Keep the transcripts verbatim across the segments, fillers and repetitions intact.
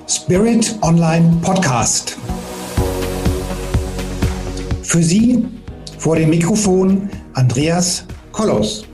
Spirit Online Podcast. Für Sie vor dem Mikrofon Andreas Kollos.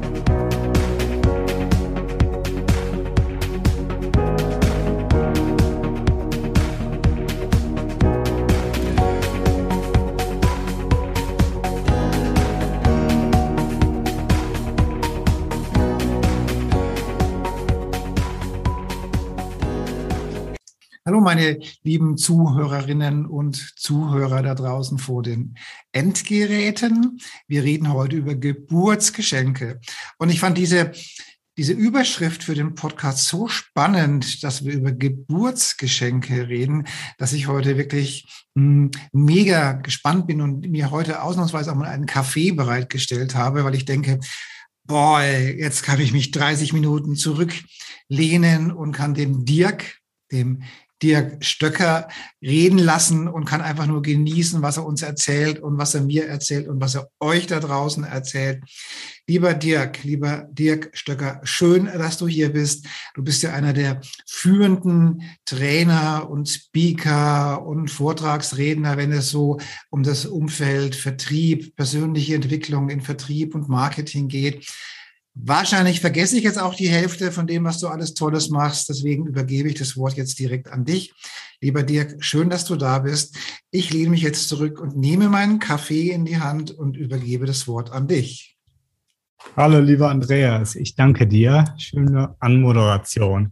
Hallo meine lieben Zuhörerinnen und Zuhörer da draußen vor den Endgeräten. Wir reden heute über Geburtsgeschenke. Und ich fand diese, diese Überschrift für den Podcast so spannend, dass wir über Geburtsgeschenke reden, dass ich heute wirklich mh, mega gespannt bin und mir heute ausnahmsweise auch mal einen Kaffee bereitgestellt habe, weil ich denke, boah, jetzt kann ich mich dreißig Minuten zurücklehnen und kann dem Dirk, dem Dirk Stöcker reden lassen und kann einfach nur genießen, was er uns erzählt und was er mir erzählt und was er euch da draußen erzählt. Lieber Dirk, lieber Dirk Stöcker, schön, dass du hier bist. Du bist ja einer der führenden Trainer und Speaker und Vortragsredner, wenn es so um das Umfeld Vertrieb, persönliche Entwicklung in Vertrieb und Marketing geht. Wahrscheinlich vergesse ich jetzt auch die Hälfte von dem, was du alles Tolles machst. Deswegen übergebe ich das Wort jetzt direkt an dich. Lieber Dirk, schön, dass du da bist. Ich lehne mich jetzt zurück und nehme meinen Kaffee in die Hand und übergebe das Wort an dich. Hallo, lieber Andreas. Ich danke dir. Schöne Anmoderation.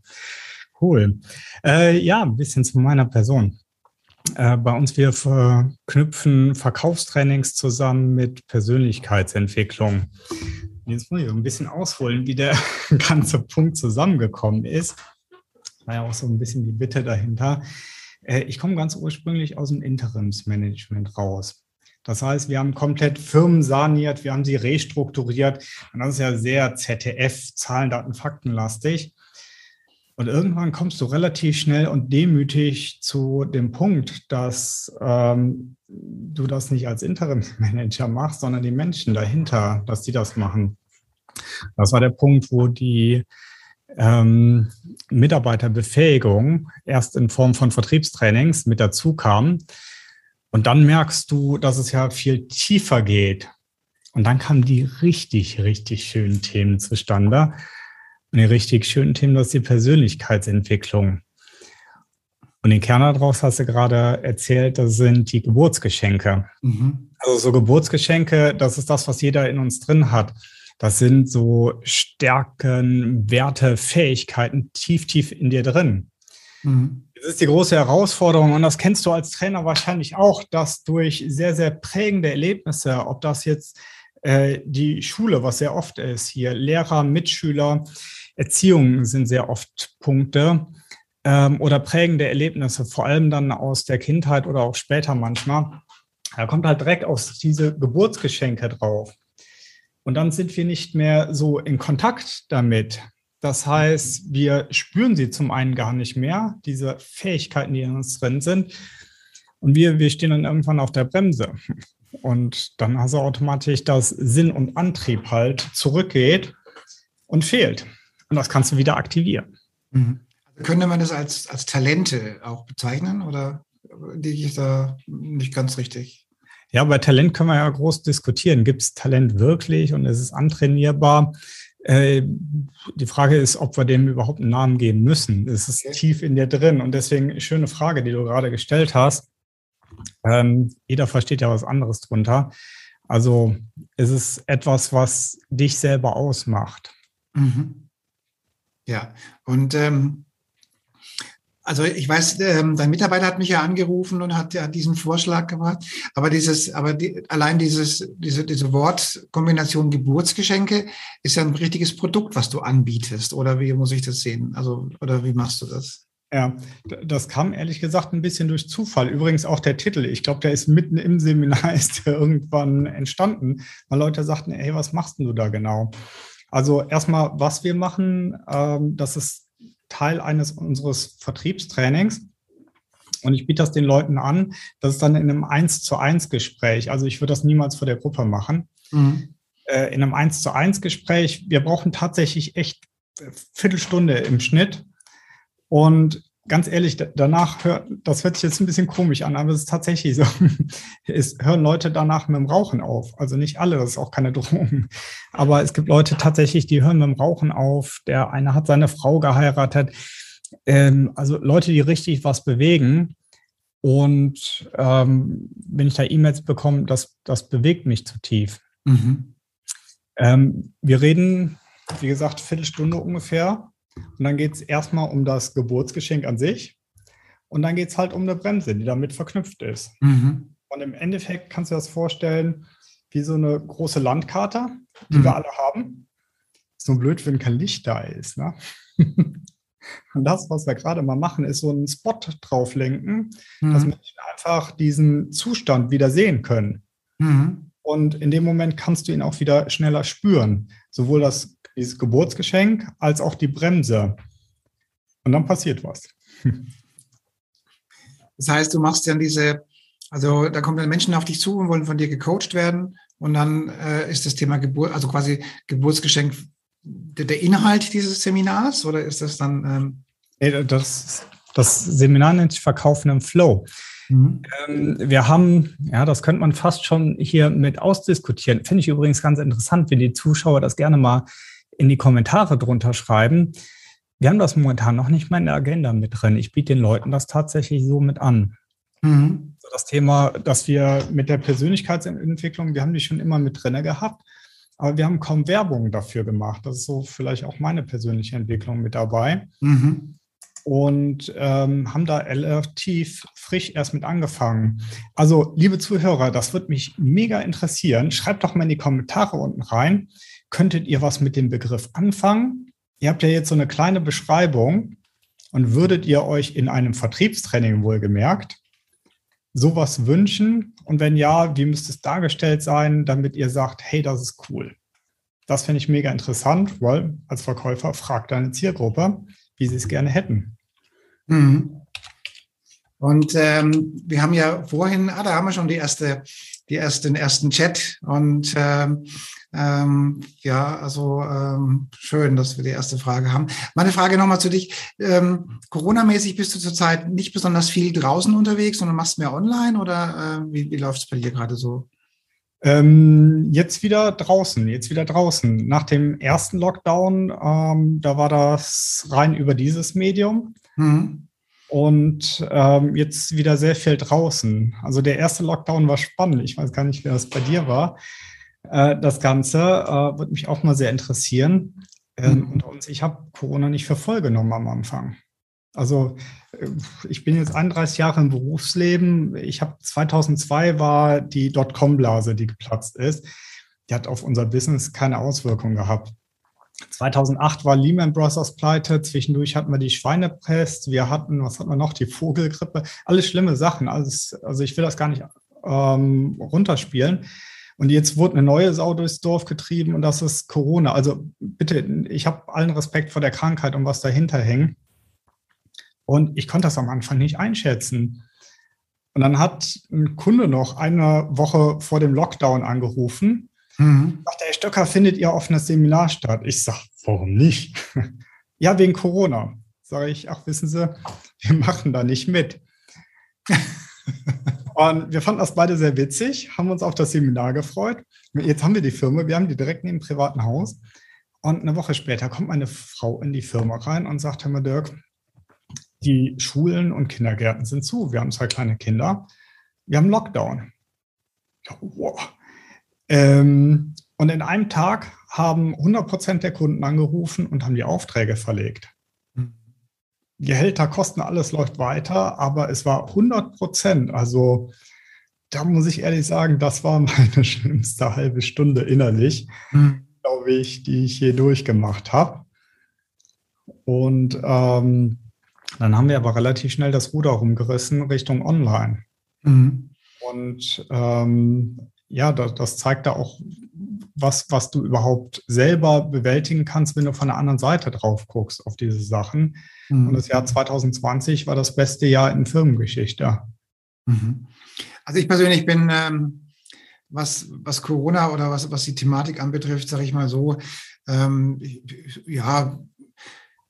Cool. Äh, ja, ein bisschen zu meiner Person. Äh, bei uns, wir verknüpfen Verkaufstrainings zusammen mit Persönlichkeitsentwicklung. Jetzt muss ich ein bisschen ausholen, wie der ganze Punkt zusammengekommen ist. War ja auch so ein bisschen die Bitte dahinter. Ich komme ganz ursprünglich aus dem Interimsmanagement raus. Das heißt, wir haben komplett Firmen saniert, wir haben sie restrukturiert. Und das ist ja sehr Z D F, Zahlen, Daten, Fakten lastig. Und irgendwann kommst du relativ schnell und demütig zu dem Punkt, dass ähm, du das nicht als Interimsmanager machst, sondern die Menschen dahinter, dass die das machen. Das war der Punkt, wo die ähm, Mitarbeiterbefähigung erst in Form von Vertriebstrainings mit dazu kam. Und dann merkst du, dass es ja viel tiefer geht. Und dann kamen die richtig, richtig schönen Themen zustande. Und die richtig schönen Themen, das ist die Persönlichkeitsentwicklung. Und den Kern daraus hast du gerade erzählt, das sind die Geburtsgeschenke. Mhm. Also so Geburtsgeschenke, das ist das, was jeder in uns drin hat. Das sind so Stärken, Werte, Fähigkeiten tief, tief in dir drin. Mhm. Das ist die große Herausforderung und das kennst du als Trainer wahrscheinlich auch, dass durch sehr, sehr prägende Erlebnisse, ob das jetzt äh, die Schule, was sehr oft ist, hier Lehrer, Mitschüler, Erziehung sind sehr oft Punkte ähm, oder prägende Erlebnisse, vor allem dann aus der Kindheit oder auch später manchmal. Da kommt halt direkt aus diese Geburtsgeschenke drauf. Und dann sind wir nicht mehr so in Kontakt damit. Das heißt, wir spüren sie zum einen gar nicht mehr, diese Fähigkeiten, die in uns drin sind. Und wir, wir stehen dann irgendwann auf der Bremse. Und dann hast du automatisch, dass Sinn und Antrieb halt zurückgeht und fehlt. Und das kannst du wieder aktivieren. Mhm. Könnte man das als, als Talente auch bezeichnen oder liege ich da nicht ganz richtig? Ja, bei Talent können wir ja groß diskutieren. Gibt es Talent wirklich und ist es antrainierbar? Äh, die Frage ist, ob wir dem überhaupt einen Namen geben müssen. Es ist okay. Tief in dir drin und deswegen schöne Frage, die du gerade gestellt hast. Ähm, jeder versteht ja was anderes drunter. Also es ist etwas, was dich selber ausmacht. Mhm. Ja, und ähm, also ich weiß, ähm, dein Mitarbeiter hat mich ja angerufen und hat ja diesen Vorschlag gemacht, aber dieses, aber die, allein dieses, diese, diese Wortkombination Geburtsgeschenke ist ja ein richtiges Produkt, was du anbietest, oder wie muss ich das sehen? Also, oder wie machst du das? Ja, das kam ehrlich gesagt ein bisschen durch Zufall. Übrigens auch der Titel. Ich glaube, der ist mitten im Seminar ist der irgendwann entstanden, weil Leute sagten, hey, was machst denn du da genau? Also erstmal, was wir machen, ähm, das ist Teil eines unseres Vertriebstrainings. Und ich biete das den Leuten an. Das ist dann in einem eins zu eins Gespräch. Also ich würde das niemals vor der Gruppe machen. Mhm. Äh, in einem eins zu eins Gespräch, wir brauchen tatsächlich echt Viertelstunde im Schnitt. Und ganz ehrlich, danach hört, das hört sich jetzt ein bisschen komisch an, aber es ist tatsächlich so. Es hören Leute danach mit dem Rauchen auf. Also nicht alle, das ist auch keine Drohung. Aber es gibt Leute tatsächlich, die hören mit dem Rauchen auf. Der eine hat seine Frau geheiratet. Ähm, also Leute, die richtig was bewegen. Und ähm, wenn ich da E-Mails bekomme, das, das bewegt mich zu tief. Mhm. Ähm, wir reden, wie gesagt, Viertelstunde ungefähr. Und dann geht es erstmal um das Geburtsgeschenk an sich. Und dann geht es halt um eine Bremse, die damit verknüpft ist. Mhm. Und im Endeffekt kannst du dir das vorstellen wie so eine große Landkarte, die mhm. wir alle haben. Ist so blöd, wenn kein Licht da ist. Ne? Und das, was wir gerade mal machen, ist so einen Spot drauflenken, mhm. dass Menschen einfach diesen Zustand wieder sehen können. Mhm. Und in dem Moment kannst du ihn auch wieder schneller spüren. Sowohl das dieses Geburtsgeschenk als auch die Bremse. Und dann passiert was. Das heißt, du machst dann diese, also da kommen dann Menschen auf dich zu und wollen von dir gecoacht werden. Und dann äh, ist das Thema Geburt, also quasi Geburtsgeschenk der, der Inhalt dieses Seminars, oder ist das dann? Ähm das, das Seminar nennt sich Verkaufen im Flow. Mhm. Ähm, wir haben, ja, das könnte man fast schon hier mit ausdiskutieren. Finde ich übrigens ganz interessant, wenn die Zuschauer das gerne mal in die Kommentare drunter schreiben. Wir haben das momentan noch nicht mal in der Agenda mit drin. Ich biete den Leuten das tatsächlich so mit an. Mhm. Das Thema, dass wir mit der Persönlichkeitsentwicklung, wir haben die schon immer mit drin gehabt, aber wir haben kaum Werbung dafür gemacht. Das ist so vielleicht auch meine persönliche Entwicklung mit dabei. Mhm. Und ähm, haben da relativ frisch erst mit angefangen. Also, liebe Zuhörer, das würde mich mega interessieren. Schreibt doch mal in die Kommentare unten rein. Könntet ihr was mit dem Begriff anfangen? Ihr habt ja jetzt so eine kleine Beschreibung und würdet ihr euch in einem Vertriebstraining wohlgemerkt sowas wünschen? Und wenn ja, wie müsste es dargestellt sein, damit ihr sagt, hey, das ist cool. Das finde ich mega interessant, weil als Verkäufer fragt deine Zielgruppe, wie sie es gerne hätten. Mhm. Und ähm, wir haben ja vorhin, ah, da haben wir schon die erste, die erste, den ersten Chat. Und ähm, ähm, ja, also ähm, schön, dass wir die erste Frage haben. Meine Frage nochmal zu dich. Ähm, Corona-mäßig bist du zurzeit nicht besonders viel draußen unterwegs, sondern machst mehr online, oder äh, wie, wie läuft es bei dir gerade so? Ähm, jetzt wieder draußen, jetzt wieder draußen. Nach dem ersten Lockdown, ähm, da war das rein über dieses Medium. Mhm. Und ähm, jetzt wieder sehr viel draußen. Also der erste Lockdown war spannend. Ich weiß gar nicht, wie das bei dir war. Äh, das Ganze äh, würde mich auch mal sehr interessieren. Ähm, mhm. Und ich habe Corona nicht für voll genommen am Anfang. Also ich bin jetzt einunddreißig Jahre im Berufsleben. Ich habe zweitausendzwei war die Dotcom-Blase, die geplatzt ist. Die hat auf unser Business keine Auswirkung gehabt. zweitausendacht war Lehman Brothers pleite. Zwischendurch hatten wir die Schweinepest. Wir hatten, was hatten wir noch? Die Vogelgrippe. Alles schlimme Sachen. Alles, also ich will das gar nicht ähm, runterspielen. Und jetzt wurde eine neue Sau durchs Dorf getrieben und das ist Corona. Also bitte, ich habe allen Respekt vor der Krankheit und was dahinter hängt. Und ich konnte das am Anfang nicht einschätzen. Und dann hat ein Kunde noch eine Woche vor dem Lockdown angerufen. Mhm. Sagt, Herr Stöcker, findet Ihr offenes Seminar statt? Ich sage, warum nicht? Ja, wegen Corona. Sage ich, ach, wissen Sie, wir machen da nicht mit. Und wir fanden das beide sehr witzig, haben uns auf das Seminar gefreut. Jetzt haben wir die Firma, wir haben die direkt neben dem privaten Haus. Und eine Woche später kommt meine Frau in die Firma rein und sagt, Herr mal Dirk, die Schulen und Kindergärten sind zu. Wir haben zwei kleine Kinder. Wir haben Lockdown. Ja, wow. Ähm, und in einem Tag haben hundert Prozent der Kunden angerufen und haben die Aufträge verlegt. Mhm. Gehälter, Kosten, alles läuft weiter, aber es war hundert Prozent. Also da muss ich ehrlich sagen, das war meine schlimmste halbe Stunde innerlich, mhm. glaube ich, die ich je durchgemacht habe. Und ähm, dann haben wir aber relativ schnell das Ruder rumgerissen Richtung Online. Mhm. Und ähm, ja, das, das zeigt da auch, was, was du überhaupt selber bewältigen kannst, wenn du von der anderen Seite drauf guckst auf diese Sachen. Mhm. Und das Jahr zwanzig zwanzig war das beste Jahr in Firmengeschichte. Mhm. Also ich persönlich bin, ähm, was, was Corona oder was, was die Thematik anbetrifft, sage ich mal so, ähm, ja,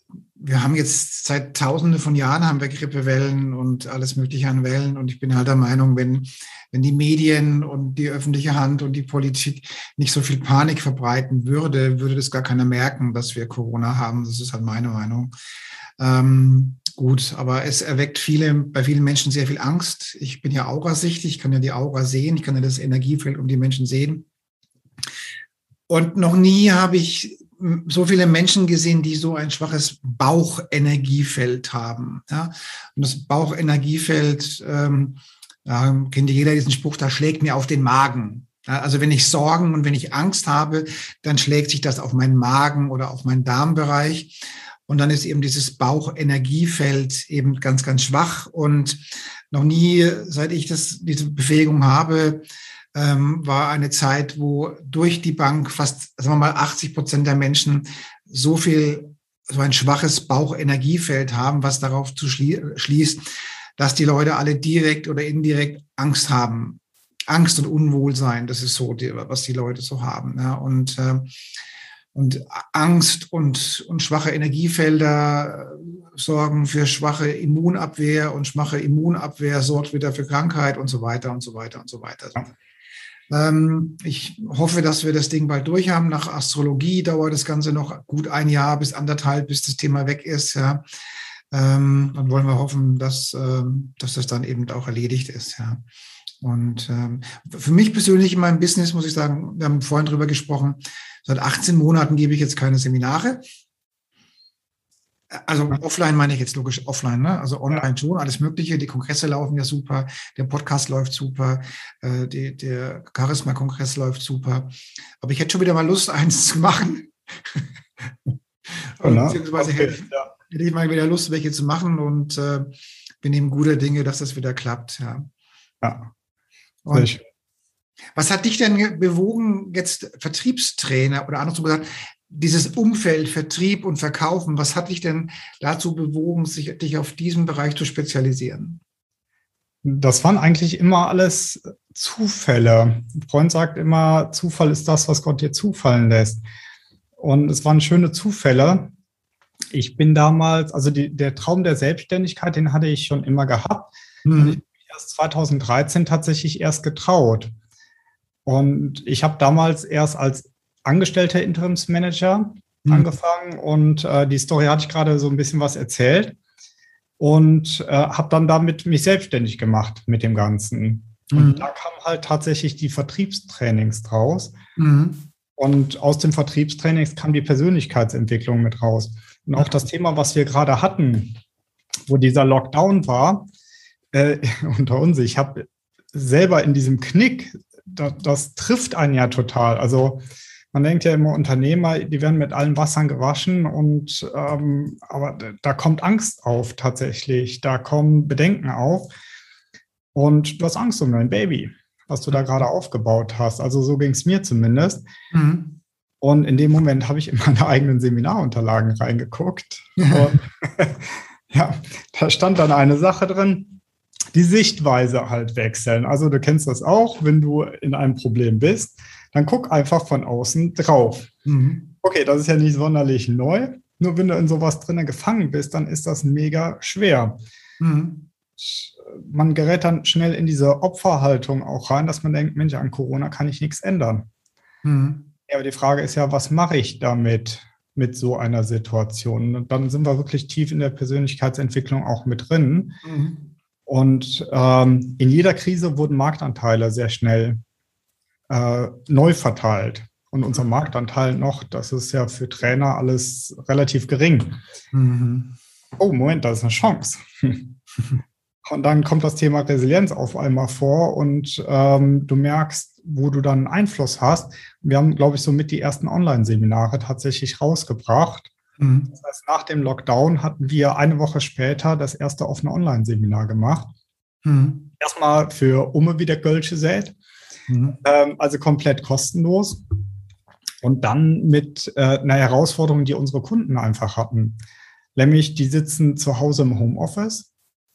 wir haben jetzt seit Tausenden von Jahren haben wir Grippewellen und alles Mögliche an Wellen. Und ich bin halt der Meinung, wenn, wenn die Medien und die öffentliche Hand und die Politik nicht so viel Panik verbreiten würde, würde das gar keiner merken, dass wir Corona haben. Das ist halt meine Meinung. Ähm, gut, aber es erweckt viele, bei vielen Menschen sehr viel Angst. Ich bin ja aurasichtig, ich kann ja die Aura sehen, ich kann ja das Energiefeld um die Menschen sehen. Und noch nie habe ich so viele Menschen gesehen, die so ein schwaches Bauchenergiefeld haben. Ja? Und das Bauchenergiefeld, ähm, ja, kennt jeder diesen Spruch, da schlägt mir auf den Magen. Ja, also wenn ich Sorgen und wenn ich Angst habe, dann schlägt sich das auf meinen Magen oder auf meinen Darmbereich. Und dann ist eben dieses Bauchenergiefeld eben ganz, ganz schwach. Und noch nie, seit ich das, diese Befähigung habe, ähm, war eine Zeit, wo durch die Bank fast, sagen wir mal, achtzig Prozent der Menschen so viel, so ein schwaches Bauchenergiefeld haben, was darauf zu schlie- schließt, dass die Leute alle direkt oder indirekt Angst haben. Angst und Unwohlsein, das ist so, die, was die Leute so haben. Ja. Und, äh, und Angst und, und schwache Energiefelder sorgen für schwache Immunabwehr und schwache Immunabwehr sorgt wieder für Krankheit und so weiter und so weiter und so weiter. Ja. Ich hoffe, dass wir das Ding bald durch haben. Nach Astrologie dauert das Ganze noch gut ein Jahr bis anderthalb, bis das Thema weg ist. Ja. Ähm, dann wollen wir hoffen, dass, ähm, dass das dann eben auch erledigt ist. Ja. Und ähm, für mich persönlich in meinem Business muss ich sagen, wir haben vorhin drüber gesprochen, seit achtzehn Monaten gebe ich jetzt keine Seminare. Also offline meine ich jetzt logisch offline, ne? Also online schon, alles Mögliche. Die Kongresse laufen ja super, der Podcast läuft super, äh, die, der Charisma-Kongress läuft super. Aber ich hätte schon wieder mal Lust, eins zu machen. Genau. Beziehungsweise Okay, hätte, ja. hätte ich mal wieder Lust, welche zu machen und äh, bin eben guter Dinge, dass das wieder klappt. Ja. Ja. Und was hat dich denn bewogen, jetzt Vertriebstrainer oder andersrum gesagt, dieses Umfeld, Vertrieb und Verkaufen, was hat dich denn dazu bewogen, sich, dich auf diesen Bereich zu spezialisieren? Das waren eigentlich immer alles Zufälle. Ein Freund sagt immer, Zufall ist das, was Gott dir zufallen lässt. Und es waren schöne Zufälle. Ich bin damals, also die, der Traum der Selbstständigkeit, den hatte ich schon immer gehabt. Mhm. Und ich habe mich erst zweitausenddreizehn tatsächlich erst getraut. Und ich habe damals erst als angestellter Interimsmanager mhm. angefangen und äh, die Story hatte ich gerade so ein bisschen was erzählt und äh, habe dann damit mich selbstständig gemacht mit dem Ganzen. Mhm. Und da kamen halt tatsächlich die Vertriebstrainings draus. Mhm. Und aus dem Vertriebstrainings kam die Persönlichkeitsentwicklung mit raus. Und auch das Thema, was wir gerade hatten, wo dieser Lockdown war, äh, unter uns, ich habe selber in diesem Knick, das, das trifft einen ja total. Also man denkt ja immer, Unternehmer, die werden mit allen Wassern gewaschen und ähm, aber da kommt Angst auf tatsächlich, da kommen Bedenken auf und du hast Angst um dein Baby, was du da gerade aufgebaut hast. Also so ging es mir zumindest. Mhm. Und in dem Moment habe ich in meine eigenen Seminarunterlagen reingeguckt. Und ja, da stand dann eine Sache drin, die Sichtweise halt wechseln. Also du kennst das auch, wenn du in einem Problem bist, dann guck einfach von außen drauf. Mhm. Okay, das ist ja nicht sonderlich neu. Nur wenn du in sowas drinnen gefangen bist, dann ist das mega schwer. Mhm. Man gerät dann schnell in diese Opferhaltung auch rein, dass man denkt, Mensch, an Corona kann ich nichts ändern. Mhm. Ja, aber die Frage ist ja, was mache ich damit, mit so einer Situation? Und dann sind wir wirklich tief in der Persönlichkeitsentwicklung auch mit drin. Mhm. Und ähm, in jeder Krise wurden Marktanteile sehr schnell äh, neu verteilt. Und unser Marktanteil noch, das ist ja für Trainer alles relativ gering. Mhm. Oh, Moment, da ist eine Chance. Und dann kommt das Thema Resilienz auf einmal vor und ähm, du merkst, wo du dann Einfluss hast. Wir haben, glaube ich, somit die ersten Online-Seminare tatsächlich rausgebracht. Mhm. Das heißt, nach dem Lockdown hatten wir eine Woche später das erste offene Online-Seminar gemacht. Mhm. Erstmal für Umme wie der Gölsche sät, mhm. ähm, also komplett kostenlos. Und dann mit äh, einer Herausforderung, die unsere Kunden einfach hatten. Nämlich, die sitzen zu Hause im Homeoffice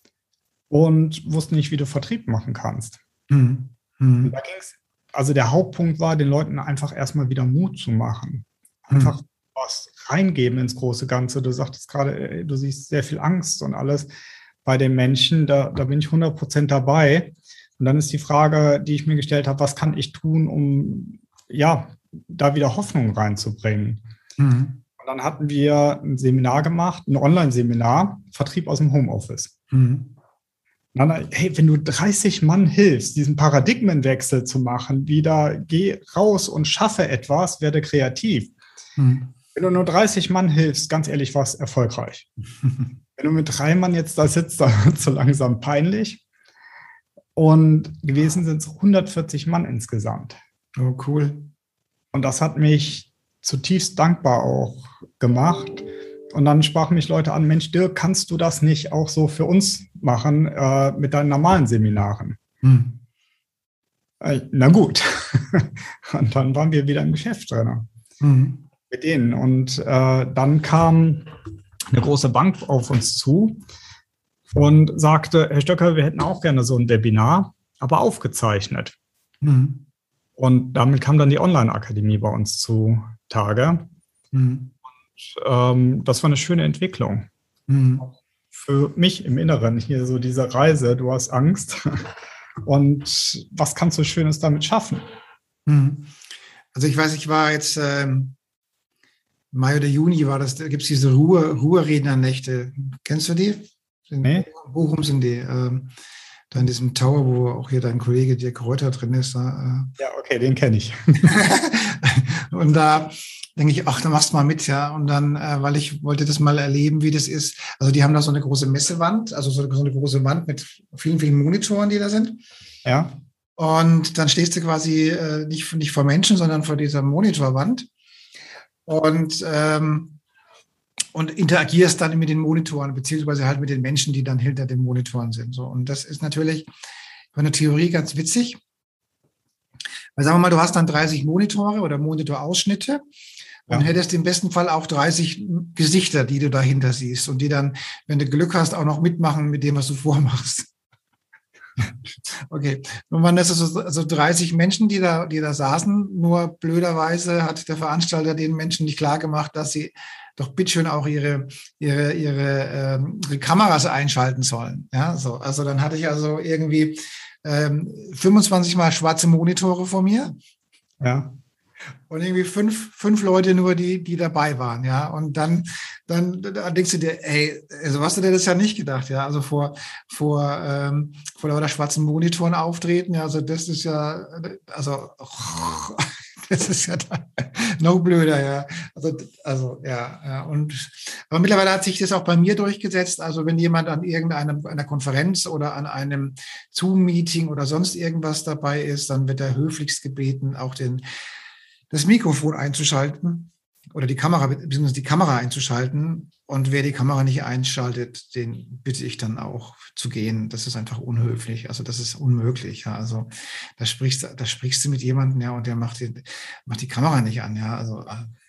und wussten nicht, wie du Vertrieb machen kannst. Mhm. Mhm. Und da ging's, also der Hauptpunkt war, den Leuten einfach erstmal wieder Mut zu machen. Einfach mhm. was reingeben ins große Ganze. Du sagtest gerade, du siehst sehr viel Angst und alles bei den Menschen. Da, da bin ich hundert Prozent dabei. Und dann ist die Frage, die ich mir gestellt habe, was kann ich tun, um ja, da wieder Hoffnung reinzubringen? Mhm. Und dann hatten wir ein Seminar gemacht, ein Online-Seminar, Vertrieb aus dem Homeoffice. Mhm. Dann, hey, wenn du dreißig Mann hilfst, diesen Paradigmenwechsel zu machen, wieder geh raus und schaffe etwas, werde kreativ. Mhm. Wenn du nur dreißig Mann hilfst, ganz ehrlich, war es erfolgreich. Wenn du mit drei Mann jetzt da sitzt, dann wird es so langsam peinlich. Und gewesen sind es hundertvierzig Mann insgesamt. Oh, cool. Und das hat mich zutiefst dankbar auch gemacht. Und dann sprachen mich Leute an, Mensch, Dirk, kannst du das nicht auch so für uns machen äh, mit deinen normalen Seminaren? Hm. Äh, na gut. Und dann waren wir wieder im Geschäft drin. Hm. Mit denen. Und äh, dann kam eine große Bank auf uns zu und sagte, Herr Stöcker, wir hätten auch gerne so ein Webinar, aber aufgezeichnet. Hm. Und damit kam dann die Online-Akademie bei uns zutage. Hm. Und ähm, das war eine schöne Entwicklung. Hm. Für mich im Inneren, hier so diese Reise, du hast Angst. Und was kannst du Schönes damit schaffen? Hm. Also ich weiß, ich war jetzt ähm, Mai oder Juni war das, da gibt es diese Ruhe, Ruherednernächte. Kennst du die? In nee. Bochum sind die. Ähm, da in diesem Tower, wo auch hier dein Kollege Dirk Reuter drin ist. Da, äh. Ja, okay, den kenne ich. Und da denke ich, ach, da machst du mal mit, ja. Und dann, äh, weil ich wollte das mal erleben, wie das ist. Also die haben da so eine große Messewand, also so, so eine große Wand mit vielen, vielen Monitoren, die da sind. Ja. Und dann stehst du quasi äh, nicht, nicht vor Menschen, sondern vor dieser Monitorwand. Und und interagierst dann mit den Monitoren, beziehungsweise halt mit den Menschen, die dann hinter den Monitoren sind. So. Und das ist natürlich von der Theorie ganz witzig. Weil sagen wir mal, du hast dann dreißig Monitore oder Monitorausschnitte und ja. hättest im besten Fall auch dreißig Gesichter, die du dahinter siehst und die dann, wenn du Glück hast, auch noch mitmachen mit dem, was du vormachst. Okay, nun waren das so also dreißig Menschen, die da, die da saßen. Nur blöderweise hat der Veranstalter den Menschen nicht klar gemacht, dass sie doch bitteschön auch ihre, ihre, ihre, ähm, ihre Kameras einschalten sollen. Ja, so. Also dann hatte ich also irgendwie ähm, fünfundzwanzig mal schwarze Monitore vor mir. Ja. Und irgendwie fünf, fünf Leute nur, die, die dabei waren, ja. Und dann, dann, dann denkst du dir, ey, also hast du dir das ja nicht gedacht, ja. Also vor, vor, ähm, vor lauter schwarzen Monitoren auftreten, ja. Also das ist ja, also, oh, das ist ja noch blöder, ja. Also, also, ja, ja. Und, aber mittlerweile hat sich das auch bei mir durchgesetzt. Also wenn jemand an irgendeiner einer Konferenz oder an einem Zoom-Meeting oder sonst irgendwas dabei ist, dann wird er höflichst gebeten, auch den das Mikrofon einzuschalten oder die Kamera, beziehungsweise die Kamera einzuschalten. Und wer die Kamera nicht einschaltet, den bitte ich dann auch zu gehen. Das ist einfach unhöflich. Also das ist unmöglich. Ja. Also da sprichst, da sprichst du mit jemandem, ja, und der macht die, macht die Kamera nicht an. Ja. Also,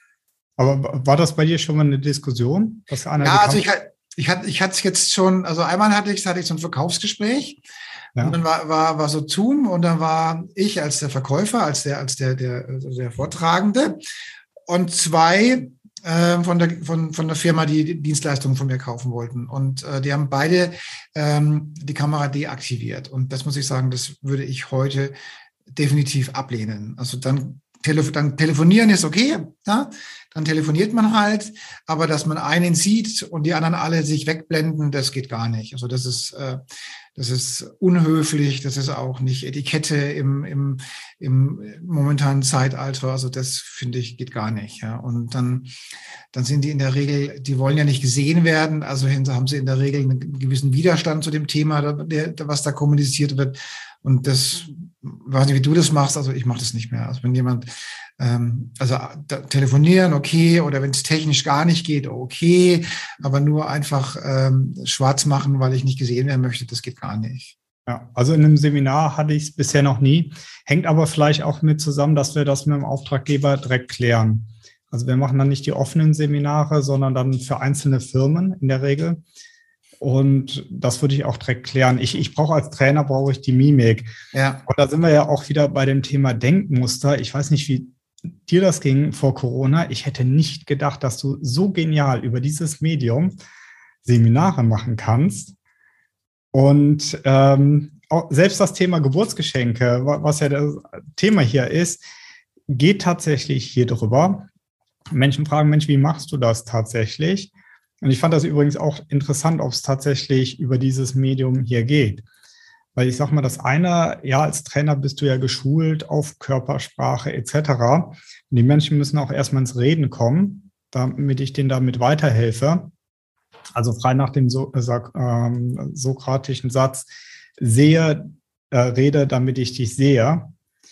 aber war das bei dir schon mal eine Diskussion? Dass einer ja, also ich, ich hatte ich hatte es jetzt schon, also einmal hatte ich, hatte ich so ein Verkaufsgespräch. Ja. Und dann war, war, war so Zoom und dann war ich als der Verkäufer, als der, als der, der, der Vortragende und zwei äh, von der, von, von der Firma, die Dienstleistungen von mir kaufen wollten. Und äh, die haben beide ähm, die Kamera deaktiviert. Und das muss ich sagen, das würde ich heute definitiv ablehnen. Also dann, Telef- dann telefonieren ist okay, ja? Dann telefoniert man halt, aber dass man einen sieht und die anderen alle sich wegblenden, das geht gar nicht. Also das ist, äh, das ist unhöflich, das ist auch nicht Etikette im, im, im momentanen Zeitalter. Also das finde ich geht gar nicht. Ja. Und dann, dann sind die in der Regel, die wollen ja nicht gesehen werden, also haben sie in der Regel einen gewissen Widerstand zu dem Thema, der, was da kommuniziert wird. Und das, weiß nicht, wie du das machst, also ich mache das nicht mehr. Also wenn jemand, ähm, also da, telefonieren, okay, oder wenn es technisch gar nicht geht, okay, aber nur einfach ähm, schwarz machen, weil ich nicht gesehen werden möchte, das geht gar nicht. Ja, also in einem Seminar hatte ich es bisher noch nie, hängt aber vielleicht auch mit zusammen, dass wir das mit dem Auftraggeber direkt klären. Also wir machen dann nicht die offenen Seminare, sondern dann für einzelne Firmen in der Regel. Und das würde ich auch direkt klären. Ich, ich brauche als Trainer, brauche ich die Mimik. Ja. Und da sind wir ja auch wieder bei dem Thema Denkmuster. Ich weiß nicht, wie dir das ging vor Corona. Ich hätte nicht gedacht, dass du so genial über dieses Medium Seminare machen kannst. Und ähm, auch selbst das Thema Geburtsgeschenke, was ja das Thema hier ist, geht tatsächlich hier drüber. Menschen fragen, Mensch, wie machst du das tatsächlich? Und ich fand das übrigens auch interessant, ob es tatsächlich über dieses Medium hier geht. Weil ich sage mal, das eine, ja, als Trainer bist du ja geschult auf Körpersprache et cetera. Und die Menschen müssen auch erstmal ins Reden kommen, damit ich denen damit weiterhelfe. Also frei nach dem so äh, sokratischen Satz, sehe, äh, rede, damit ich dich sehe.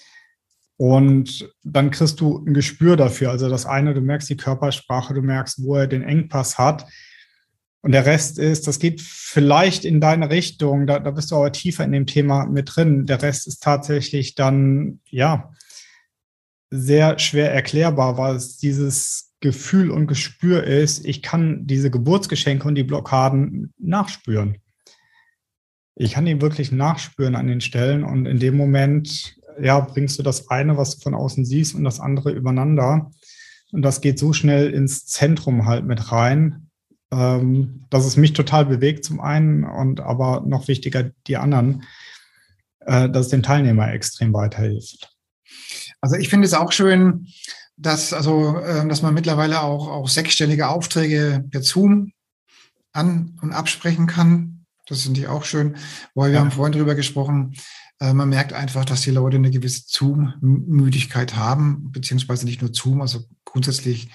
Und dann kriegst du ein Gespür dafür. Also das eine, du merkst die Körpersprache, du merkst, wo er den Engpass hat. Und der Rest ist, das geht vielleicht in deine Richtung, da, da bist du aber tiefer in dem Thema mit drin. Der Rest ist tatsächlich dann, ja, sehr schwer erklärbar, weil es dieses Gefühl und Gespür ist, ich kann diese Geburtsgeschenke und die Blockaden nachspüren. Ich kann die wirklich nachspüren an den Stellen und in dem Moment, ja, bringst du das eine, was du von außen siehst, und das andere übereinander. Und das geht so schnell ins Zentrum halt mit rein, ähm, dass es mich total bewegt zum einen und aber noch wichtiger die anderen, äh, dass es den Teilnehmer extrem weiterhilft. Also ich finde es auch schön, dass, also, äh, dass man mittlerweile auch, auch sechsstellige Aufträge per Zoom an- und absprechen kann. Das finde ich auch schön, weil wir Ja. haben vorhin drüber gesprochen. Man merkt einfach, dass die Leute eine gewisse Zoom-Müdigkeit haben, beziehungsweise nicht nur Zoom, also grundsätzlich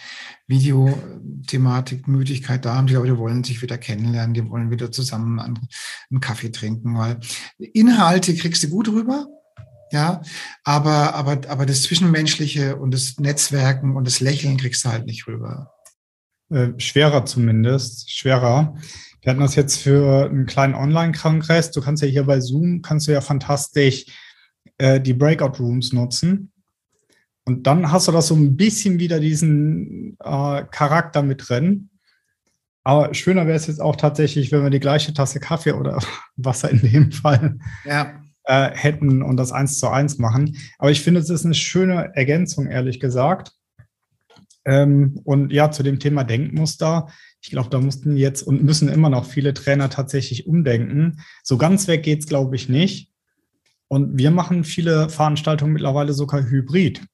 Videothematik, Müdigkeit da haben. Die Leute wollen sich wieder kennenlernen, die wollen wieder zusammen einen Kaffee trinken, weil Inhalte kriegst du gut rüber, ja, aber, aber, aber das Zwischenmenschliche und das Netzwerken und das Lächeln kriegst du halt nicht rüber. Äh, schwerer zumindest, schwerer. Wir hatten das jetzt für einen kleinen Online-Kongress. Du kannst ja hier bei Zoom, kannst du ja fantastisch äh, die Breakout-Rooms nutzen. Und dann hast du das so ein bisschen wieder diesen äh, Charakter mit drin. Aber schöner wäre es jetzt auch tatsächlich, wenn wir die gleiche Tasse Kaffee oder Wasser in dem Fall ja. äh, hätten und das eins zu eins machen. Aber ich finde, es ist eine schöne Ergänzung, ehrlich gesagt. Ähm, und ja, zu dem Thema Denkmuster. Ich glaube, da mussten jetzt und müssen immer noch viele Trainer tatsächlich umdenken. So ganz weg geht es, glaube ich, nicht. Und wir machen viele Veranstaltungen mittlerweile sogar hybrid.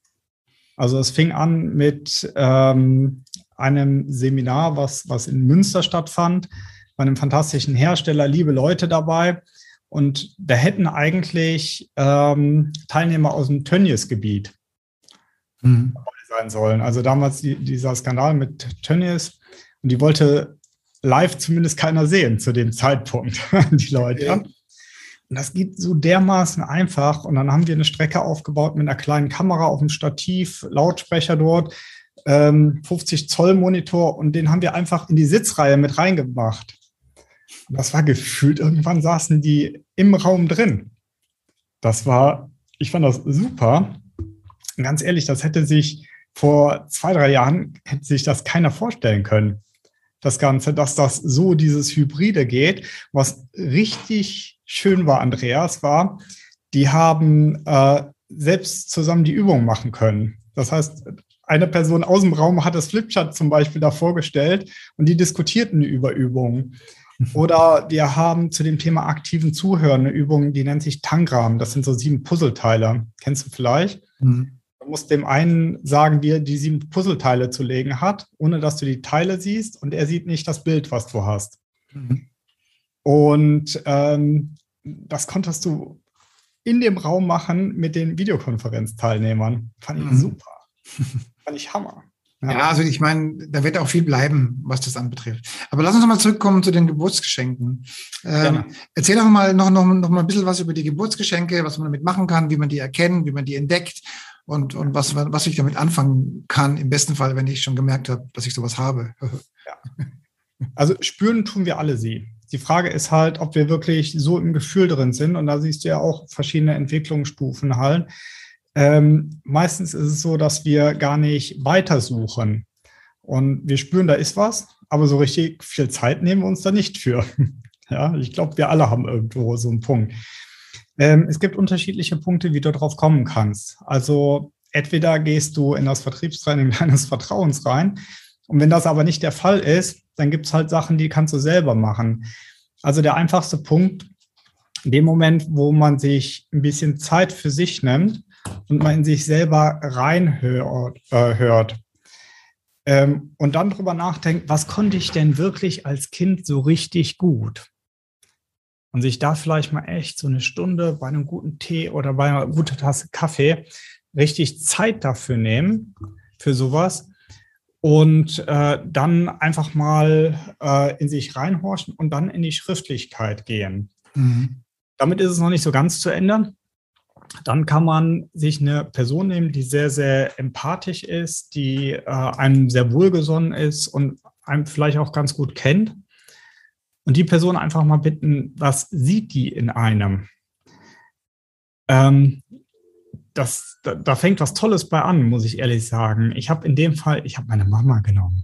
Also es fing an mit ähm, einem Seminar, was, was in Münster stattfand, bei einem fantastischen Hersteller, liebe Leute dabei. Und da hätten eigentlich ähm, Teilnehmer aus dem Tönnies-Gebiet mhm. dabei sein sollen. Also damals die, dieser Skandal mit Tönnies. Und die wollte live zumindest keiner sehen zu dem Zeitpunkt, die Leute. Okay. Und das geht so dermaßen einfach. Und dann haben wir eine Strecke aufgebaut mit einer kleinen Kamera auf dem Stativ, Lautsprecher dort, ähm, fünfzig Zoll Monitor. Und den haben wir einfach in die Sitzreihe mit reingemacht. Und das war gefühlt, irgendwann saßen die im Raum drin. Das war, ich fand das super. Und ganz ehrlich, das hätte sich vor zwei, drei Jahren, hätte sich das keiner vorstellen können. Das Ganze, dass das so dieses Hybride geht. Was richtig schön war, Andreas, war, die haben äh, selbst zusammen die Übung machen können. Das heißt, eine Person aus dem Raum hat das Flipchart zum Beispiel da vorgestellt und die diskutierten über Übungen. Oder wir haben zu dem Thema aktiven Zuhören eine Übung, die nennt sich Tangram. Das sind so sieben Puzzleteile. Kennst du vielleicht? Mhm. Du musst dem einen sagen, wie er die sieben Puzzleteile zu legen hat, ohne dass du die Teile siehst, und er sieht nicht das Bild, was du hast. Mhm. Und ähm, das konntest du in dem Raum machen mit den Videokonferenzteilnehmern. Fand ich mhm. super. Fand ich Hammer. Ja, ja, also ich meine, da wird auch viel bleiben, was das anbetrifft. Aber lass uns noch mal zurückkommen zu den Geburtsgeschenken. Ähm, erzähl doch mal noch, noch, noch mal ein bisschen was über die Geburtsgeschenke, was man damit machen kann, wie man die erkennt, wie man die entdeckt. Und, und was, was ich damit anfangen kann, im besten Fall, wenn ich schon gemerkt habe, dass ich sowas habe. Ja. Also spüren tun wir alle sie. Die Frage ist halt, ob wir wirklich so im Gefühl drin sind. Und da siehst du ja auch verschiedene Entwicklungsstufen halt. Ähm, meistens ist es so, dass wir gar nicht weitersuchen. Und wir spüren, da ist was, aber so richtig viel Zeit nehmen wir uns da nicht für. Ja, ich glaube, wir alle haben irgendwo so einen Punkt. Ähm, es gibt unterschiedliche Punkte, wie du drauf kommen kannst. Also entweder gehst du in das Vertriebstraining deines Vertrauens rein. Und wenn das aber nicht der Fall ist, dann gibt es halt Sachen, die kannst du selber machen. Also der einfachste Punkt, in dem Moment, wo man sich ein bisschen Zeit für sich nimmt und man in sich selber reinhört, äh, hört, ähm, und dann drüber nachdenkt, was konnte ich denn wirklich als Kind so richtig gut? Und sich da vielleicht mal echt so eine Stunde bei einem guten Tee oder bei einer guten Tasse Kaffee richtig Zeit dafür nehmen, für sowas. Und äh, dann einfach mal äh, in sich reinhorchen und dann in die Schriftlichkeit gehen. Mhm. Damit ist es noch nicht so ganz zu Ende. Dann kann man sich eine Person nehmen, die sehr, sehr empathisch ist, die äh, einem sehr wohlgesonnen ist und einem vielleicht auch ganz gut kennt. Und die Person einfach mal bitten, was sieht die in einem? Ähm, das, da, da fängt was Tolles bei an, muss ich ehrlich sagen. Ich habe in dem Fall, ich habe meine Mama genommen.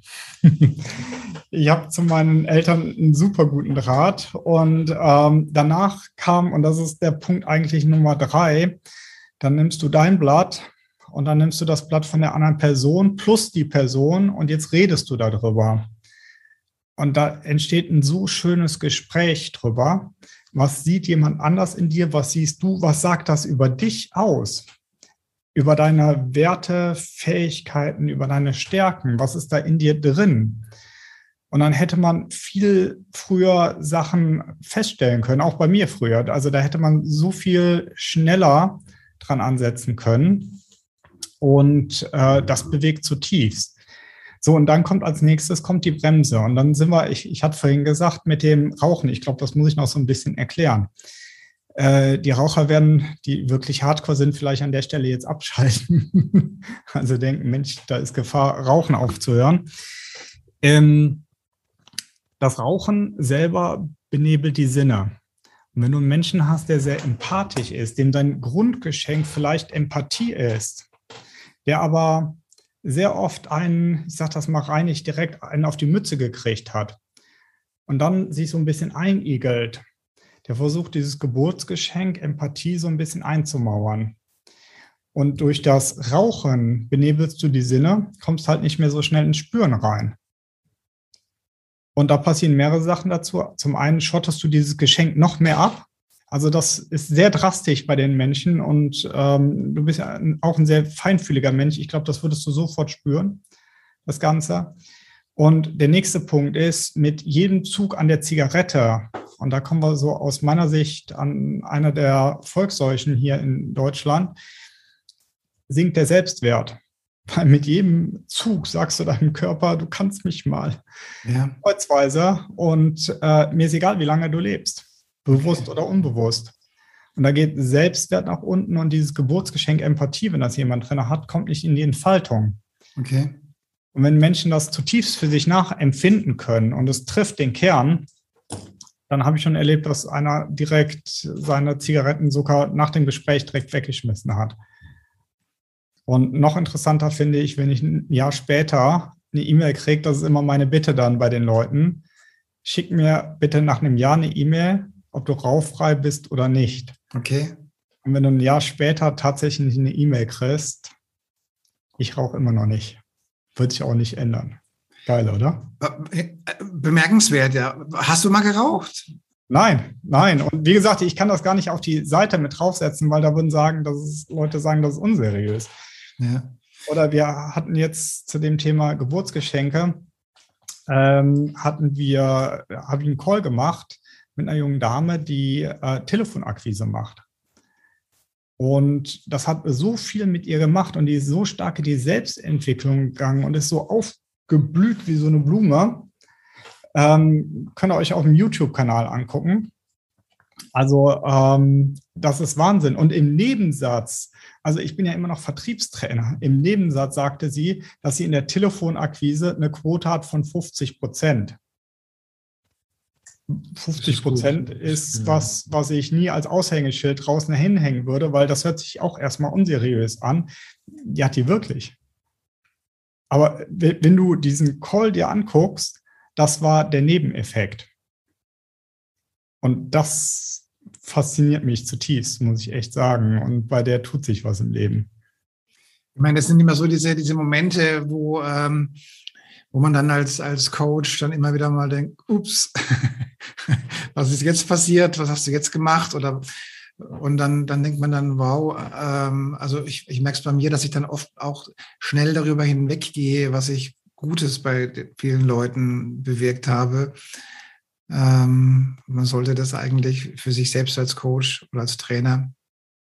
Ich habe zu meinen Eltern einen super guten Draht. Und ähm, danach kam, und das ist der Punkt eigentlich Nummer drei, dann nimmst du dein Blatt und dann nimmst du das Blatt von der anderen Person plus die Person und jetzt redest du darüber. Und da entsteht ein so schönes Gespräch drüber. Was sieht jemand anders in dir? Was siehst du? Was sagt das über dich aus? Über deine Werte, Fähigkeiten, über deine Stärken. Was ist da in dir drin? Und dann hätte man viel früher Sachen feststellen können, auch bei mir früher. Also da hätte man so viel schneller dran ansetzen können. Und äh, das bewegt zutiefst. So, und dann kommt als nächstes kommt die Bremse. Und dann sind wir, ich, ich hatte vorhin gesagt, mit dem Rauchen, ich glaube, das muss ich noch so ein bisschen erklären. Äh, die Raucher werden, die wirklich hardcore sind, vielleicht an der Stelle jetzt abschalten. Also denken, Mensch, da ist Gefahr, Rauchen aufzuhören. Ähm, das Rauchen selber benebelt die Sinne. Und wenn du einen Menschen hast, der sehr empathisch ist, dem dein Grundgeschenk vielleicht Empathie ist, der aber sehr oft einen, ich sage das mal rein, nicht direkt einen auf die Mütze gekriegt hat und dann sich so ein bisschen einigelt, der versucht, dieses Geburtsgeschenk Empathie so ein bisschen einzumauern. Und durch das Rauchen benebelst du die Sinne, kommst halt nicht mehr so schnell ins Spüren rein. Und da passieren mehrere Sachen dazu. Zum einen schottest du dieses Geschenk noch mehr ab. Also das ist sehr drastisch bei den Menschen und ähm, du bist ja auch ein sehr feinfühliger Mensch. Ich glaube, das würdest du sofort spüren, das Ganze. Und der nächste Punkt ist, mit jedem Zug an der Zigarette, und da kommen wir so aus meiner Sicht an einer der Volksseuchen hier in Deutschland, sinkt der Selbstwert. Weil mit jedem Zug sagst du deinem Körper, du kannst mich mal. Ja. Kreuzweise und äh, mir ist egal, wie lange du lebst. Bewusst oder unbewusst. Und da geht Selbstwert nach unten und dieses Geburtsgeschenk Empathie, wenn das jemand drin hat, kommt nicht in die Entfaltung. Okay. Und wenn Menschen das zutiefst für sich nachempfinden können und es trifft den Kern, dann habe ich schon erlebt, dass einer direkt seine Zigaretten sogar nach dem Gespräch direkt weggeschmissen hat. Und noch interessanter finde ich, wenn ich ein Jahr später eine E-Mail kriege, das ist immer meine Bitte dann bei den Leuten, schick mir bitte nach einem Jahr eine E-Mail, ob du rauchfrei bist oder nicht. Okay. Und wenn du ein Jahr später tatsächlich eine E-Mail kriegst, ich rauche immer noch nicht. Wird sich auch nicht ändern. Geil, oder? Bemerkenswert, ja. Hast du mal geraucht? Nein, nein. Und wie gesagt, ich kann das gar nicht auf die Seite mit draufsetzen, weil da würden sagen, dass es, Leute sagen, das ist unseriös. Ja. Oder wir hatten jetzt zu dem Thema Geburtsgeschenke, ähm, hatten wir, habe ich einen Call gemacht mit einer jungen Dame, die äh, Telefonakquise macht. Und das hat so viel mit ihr gemacht und die ist so stark in die Selbstentwicklung gegangen und ist so aufgeblüht wie so eine Blume. Ähm, könnt ihr euch auf dem YouTube-Kanal angucken. Also ähm, das ist Wahnsinn. Und im Nebensatz, also ich bin ja immer noch Vertriebstrainer, im Nebensatz sagte sie, dass sie in der Telefonakquise eine Quote hat von fünfzig Prozent. fünfzig Prozent ist, ist was, was ich nie als Aushängeschild draußen hinhängen würde, weil das hört sich auch erstmal unseriös an. Die hat die wirklich. Aber wenn du diesen Call dir anguckst, das war der Nebeneffekt. Und das fasziniert mich zutiefst, muss ich echt sagen. Und bei der tut sich was im Leben. Ich meine, das sind immer so diese, diese Momente, wo, ähm, wo man dann als, als Coach dann immer wieder mal denkt, ups, was ist jetzt passiert? Was hast du jetzt gemacht? Oder, und dann, dann denkt man dann, wow, ähm, also ich, ich merke es bei mir, dass ich dann oft auch schnell darüber hinweggehe, was ich Gutes bei vielen Leuten bewirkt habe. Ähm, man sollte das eigentlich für sich selbst als Coach oder als Trainer,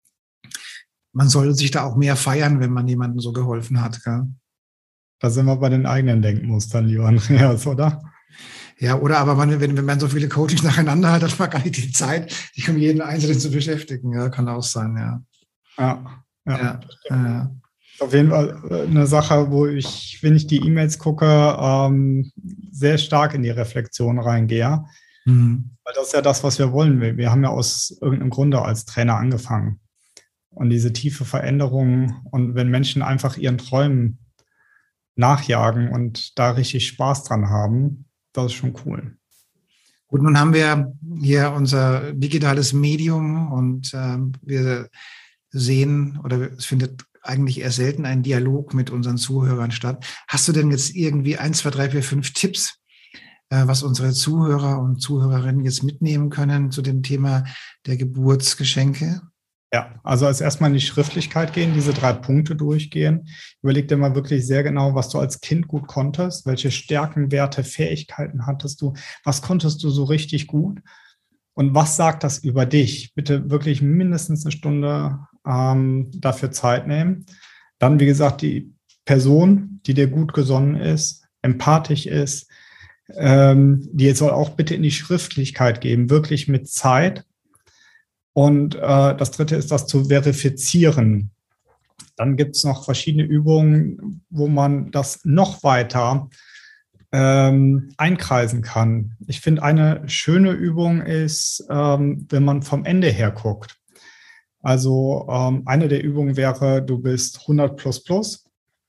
man sollte sich da auch mehr feiern, wenn man jemandem so geholfen hat. Gell? Da sind wir bei den eigenen Denkmustern, lieber Andreas, oder? Ja, oder aber man, wenn, wenn man so viele Coachings nacheinander hat, hat man gar nicht die Zeit, sich um jeden Einzelnen zu beschäftigen. Ja, kann auch sein, ja. Ja, ja. Ja, ja. Auf jeden Fall eine Sache, wo ich, wenn ich die E-Mails gucke, ähm, sehr stark in die Reflexion reingehe. Mhm. Weil das ist ja das, was wir wollen. Wir, wir haben ja aus irgendeinem Grunde als Trainer angefangen. Und diese tiefe Veränderung und wenn Menschen einfach ihren Träumen nachjagen und da richtig Spaß dran haben, das ist schon cool. Gut, nun haben wir hier unser digitales Medium und ähm, wir sehen oder es findet eigentlich eher selten ein Dialog mit unseren Zuhörern statt. Hast du denn jetzt irgendwie eins, zwei, drei, vier, fünf Tipps, äh, was unsere Zuhörer und Zuhörerinnen jetzt mitnehmen können zu dem Thema der Geburtsgeschenke? Ja, also als erstmal in die Schriftlichkeit gehen, diese drei Punkte durchgehen. Überleg dir mal wirklich sehr genau, was du als Kind gut konntest, welche Stärken, Werte, Fähigkeiten hattest du, was konntest du so richtig gut und was sagt das über dich? Bitte wirklich mindestens eine Stunde ähm, dafür Zeit nehmen. Dann, wie gesagt, die Person, die dir gut gesonnen ist, empathisch ist, ähm, die soll auch bitte in die Schriftlichkeit geben, wirklich mit Zeit. Und äh, das dritte ist das zu verifizieren. Dann gibt es noch verschiedene Übungen, wo man das noch weiter ähm, einkreisen kann. Ich finde, eine schöne Übung ist, ähm, wenn man vom Ende her guckt. Also ähm, eine der Übungen wäre, du bist hundert plus plus,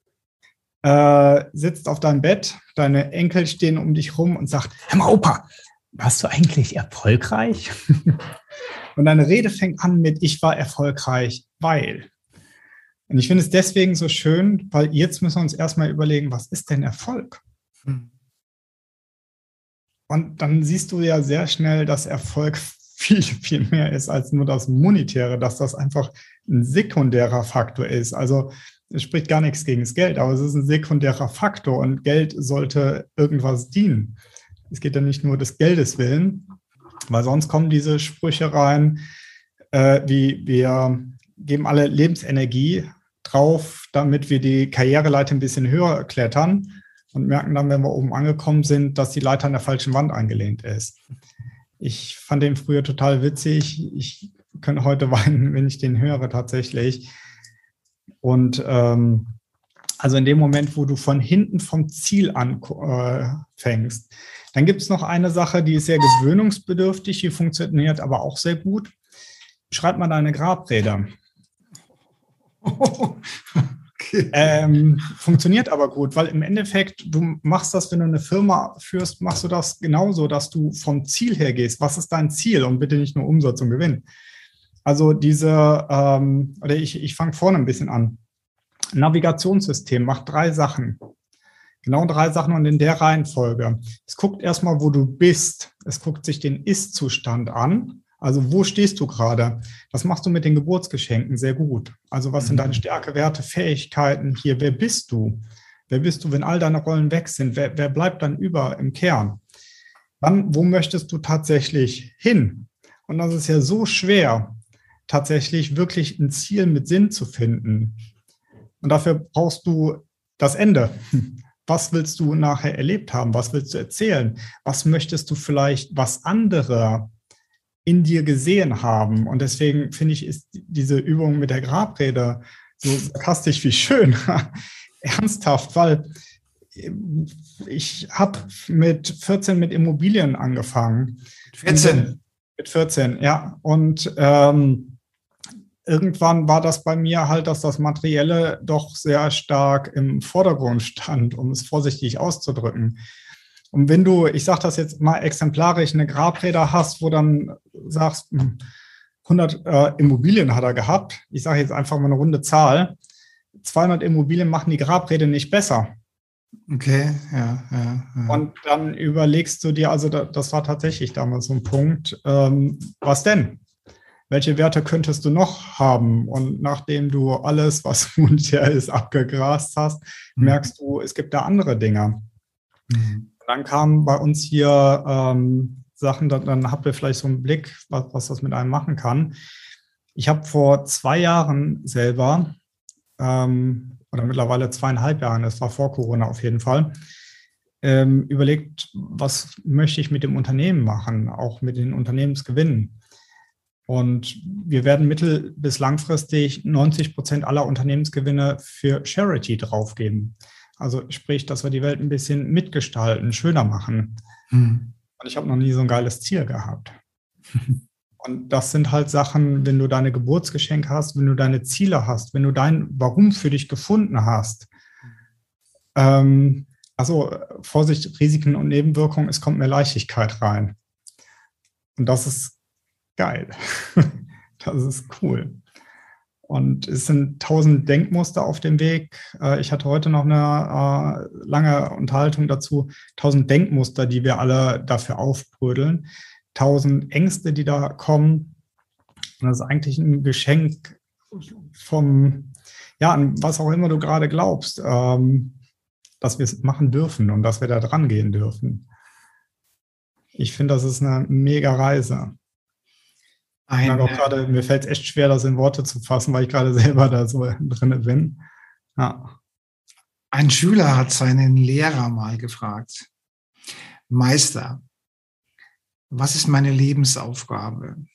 äh, sitzt auf deinem Bett, deine Enkel stehen um dich rum und sagt, hör mal, Opa, warst du eigentlich erfolgreich? Und deine Rede fängt an mit, ich war erfolgreich, weil. Und ich finde es deswegen so schön, weil jetzt müssen wir uns erstmal überlegen, was ist denn Erfolg? Hm. Und dann siehst du ja sehr schnell, dass Erfolg viel, viel mehr ist als nur das Monetäre, dass das einfach ein sekundärer Faktor ist. Also es spricht gar nichts gegen das Geld, aber es ist ein sekundärer Faktor und Geld sollte irgendwas dienen. Es geht ja nicht nur des Geldes willen, weil sonst kommen diese Sprüche rein, äh, wie wir geben alle Lebensenergie drauf, damit wir die Karriereleiter ein bisschen höher klettern und merken dann, wenn wir oben angekommen sind, dass die Leiter an der falschen Wand eingelehnt ist. Ich fand den früher total witzig. Ich könnte heute weinen, wenn ich den höre tatsächlich. Und ähm, also in dem Moment, wo du von hinten vom Ziel anfängst, äh, dann gibt es noch eine Sache, die ist sehr gewöhnungsbedürftig, die funktioniert aber auch sehr gut. Schreib mal deine Grabrede. Okay. Ähm, funktioniert aber gut, weil im Endeffekt, du machst das, wenn du eine Firma führst, machst du das genauso, dass du vom Ziel her gehst. Was ist dein Ziel? Und bitte nicht nur Umsatz und Gewinn. Also diese, ähm, oder ich, ich fange vorne ein bisschen an. Navigationssystem macht drei Sachen. Genau drei Sachen und in der Reihenfolge. Es guckt erstmal, wo du bist. Es guckt sich den Ist-Zustand an. Also wo stehst du gerade? Das machst du mit den Geburtsgeschenken sehr gut. Also was sind deine Stärke, Werte, Fähigkeiten hier? Wer bist du? Wer bist du, wenn all deine Rollen weg sind? Wer, wer bleibt dann über im Kern? Dann, wo möchtest du tatsächlich hin? Und das ist ja so schwer, tatsächlich wirklich ein Ziel mit Sinn zu finden. Und dafür brauchst du das Ende. Was willst du nachher erlebt haben? Was willst du erzählen? Was möchtest du vielleicht, was andere in dir gesehen haben? Und deswegen finde ich, ist diese Übung mit der Grabrede so sarkastisch wie schön. Ernsthaft, weil ich habe mit vierzehn mit Immobilien angefangen. vierzehn? Mit vierzehn, ja. Und ähm, irgendwann war das bei mir halt, dass das Materielle doch sehr stark im Vordergrund stand, um es vorsichtig auszudrücken. Und wenn du, ich sage das jetzt mal exemplarisch, eine Grabrede hast, wo dann sagst, hundert äh, Immobilien hat er gehabt, ich sage jetzt einfach mal eine runde Zahl, zweihundert Immobilien machen die Grabrede nicht besser. Okay, ja, ja, ja. Und dann überlegst du dir, also das war tatsächlich damals so ein Punkt, ähm, was denn? Welche Werte könntest du noch haben? Und nachdem du alles, was monetär ist, abgegrast hast, mhm. merkst du, es gibt da andere Dinge. Mhm. Dann kamen bei uns hier ähm, Sachen, dann, dann habt ihr vielleicht so einen Blick, was, was das mit einem machen kann. Ich habe vor zwei Jahren selber, ähm, oder mittlerweile zweieinhalb Jahren, das war vor Corona auf jeden Fall, ähm, überlegt, was möchte ich mit dem Unternehmen machen, auch mit den Unternehmensgewinnen. Und wir werden mittel- bis langfristig neunzig Prozent aller Unternehmensgewinne für Charity draufgeben. Also sprich, dass wir die Welt ein bisschen mitgestalten, schöner machen. Hm. Und ich habe noch nie so ein geiles Ziel gehabt. Und das sind halt Sachen, wenn du deine Geburtsgeschenke hast, wenn du deine Ziele hast, wenn du dein Warum für dich gefunden hast. Ähm, also Vorsicht, Risiken und Nebenwirkungen, es kommt mehr Leichtigkeit rein. Und das ist geil. Das ist cool. Und es sind tausend Denkmuster auf dem Weg. Ich hatte heute noch eine äh, lange Unterhaltung dazu. Tausend Denkmuster, die wir alle dafür aufbrödeln. Tausend Ängste, die da kommen. Und das ist eigentlich ein Geschenk vom, ja, an was auch immer du gerade glaubst, ähm, dass wir es machen dürfen und dass wir da dran gehen dürfen. Ich finde, das ist eine mega Reise. Ein, auch grade, mir fällt es echt schwer, das in Worte zu fassen, weil ich gerade selber da so drin bin. Ja. Ein Schüler hat seinen Lehrer mal gefragt: Meister, was ist meine Lebensaufgabe? Und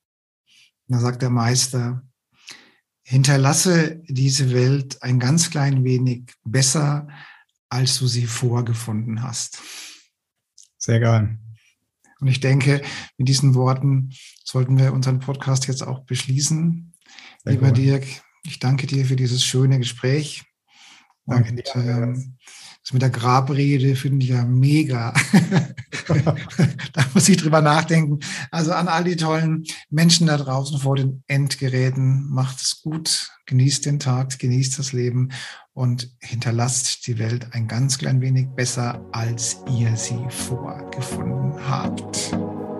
da sagt der Meister: Hinterlasse diese Welt ein ganz klein wenig besser, als du sie vorgefunden hast. Sehr geil. Und ich denke, mit diesen Worten sollten wir unseren Podcast jetzt auch beschließen. Sehr Lieber cool. Dirk, ich danke dir für dieses schöne Gespräch. Danke und, dir. Ähm, das mit der Grabrede finde ich ja mega. Da muss ich drüber nachdenken. Also an all die tollen Menschen da draußen vor den Endgeräten, macht es gut, genießt den Tag, genießt das Leben und hinterlasst die Welt ein ganz klein wenig besser, als ihr sie vorgefunden habt.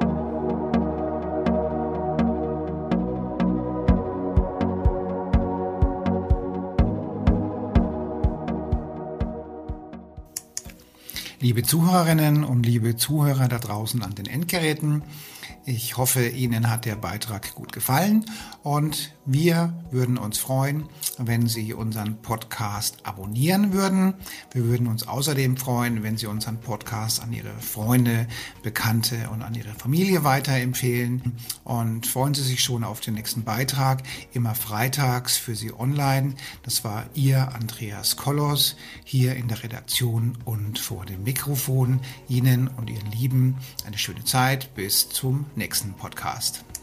Liebe Zuhörerinnen und liebe Zuhörer da draußen an den Endgeräten, ich hoffe, Ihnen hat der Beitrag gut gefallen und wir würden uns freuen, wenn Sie unseren Podcast abonnieren würden. Wir würden uns außerdem freuen, wenn Sie unseren Podcast an Ihre Freunde, Bekannte und an Ihre Familie weiterempfehlen. Und freuen Sie sich schon auf den nächsten Beitrag, immer freitags für Sie online. Das war Ihr Andreas Kollos hier in der Redaktion und vor dem Mikrofon. Ihnen und Ihren Lieben eine schöne Zeit. Bis zum nächsten Podcast.